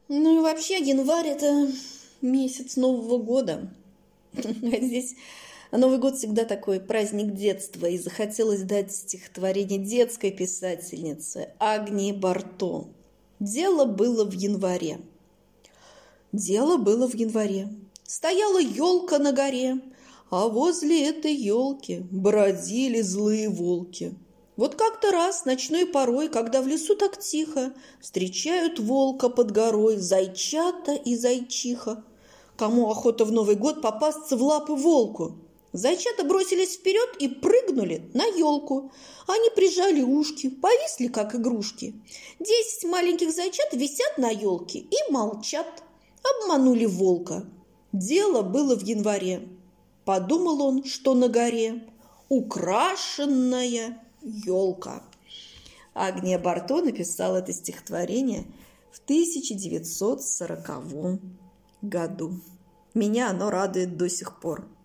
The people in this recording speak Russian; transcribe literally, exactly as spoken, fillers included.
Ну и вообще январь – это месяц Нового года. А здесь Новый год всегда такой праздник детства, и захотелось дать стихотворение детской писательницы Агнии Барто. Дело было в январе. Дело было в январе. Стояла елка на горе, а возле этой елки бродили злые волки. Вот как-то раз ночной порой, когда в лесу так тихо, встречают волка под горой зайчата и зайчиха. Кому охота в Новый год попасться в лапы волку? Зайчата бросились вперед и прыгнули на елку. Они прижали ушки, повисли, как игрушки. Десять маленьких зайчат висят на елке и молчат. Обманули волка. Дело было в январе. Подумал он, что на горе украшенная елка. Агния Барто написала это стихотворение в тысяча девятьсот сороковом году. Меня оно радует до сих пор.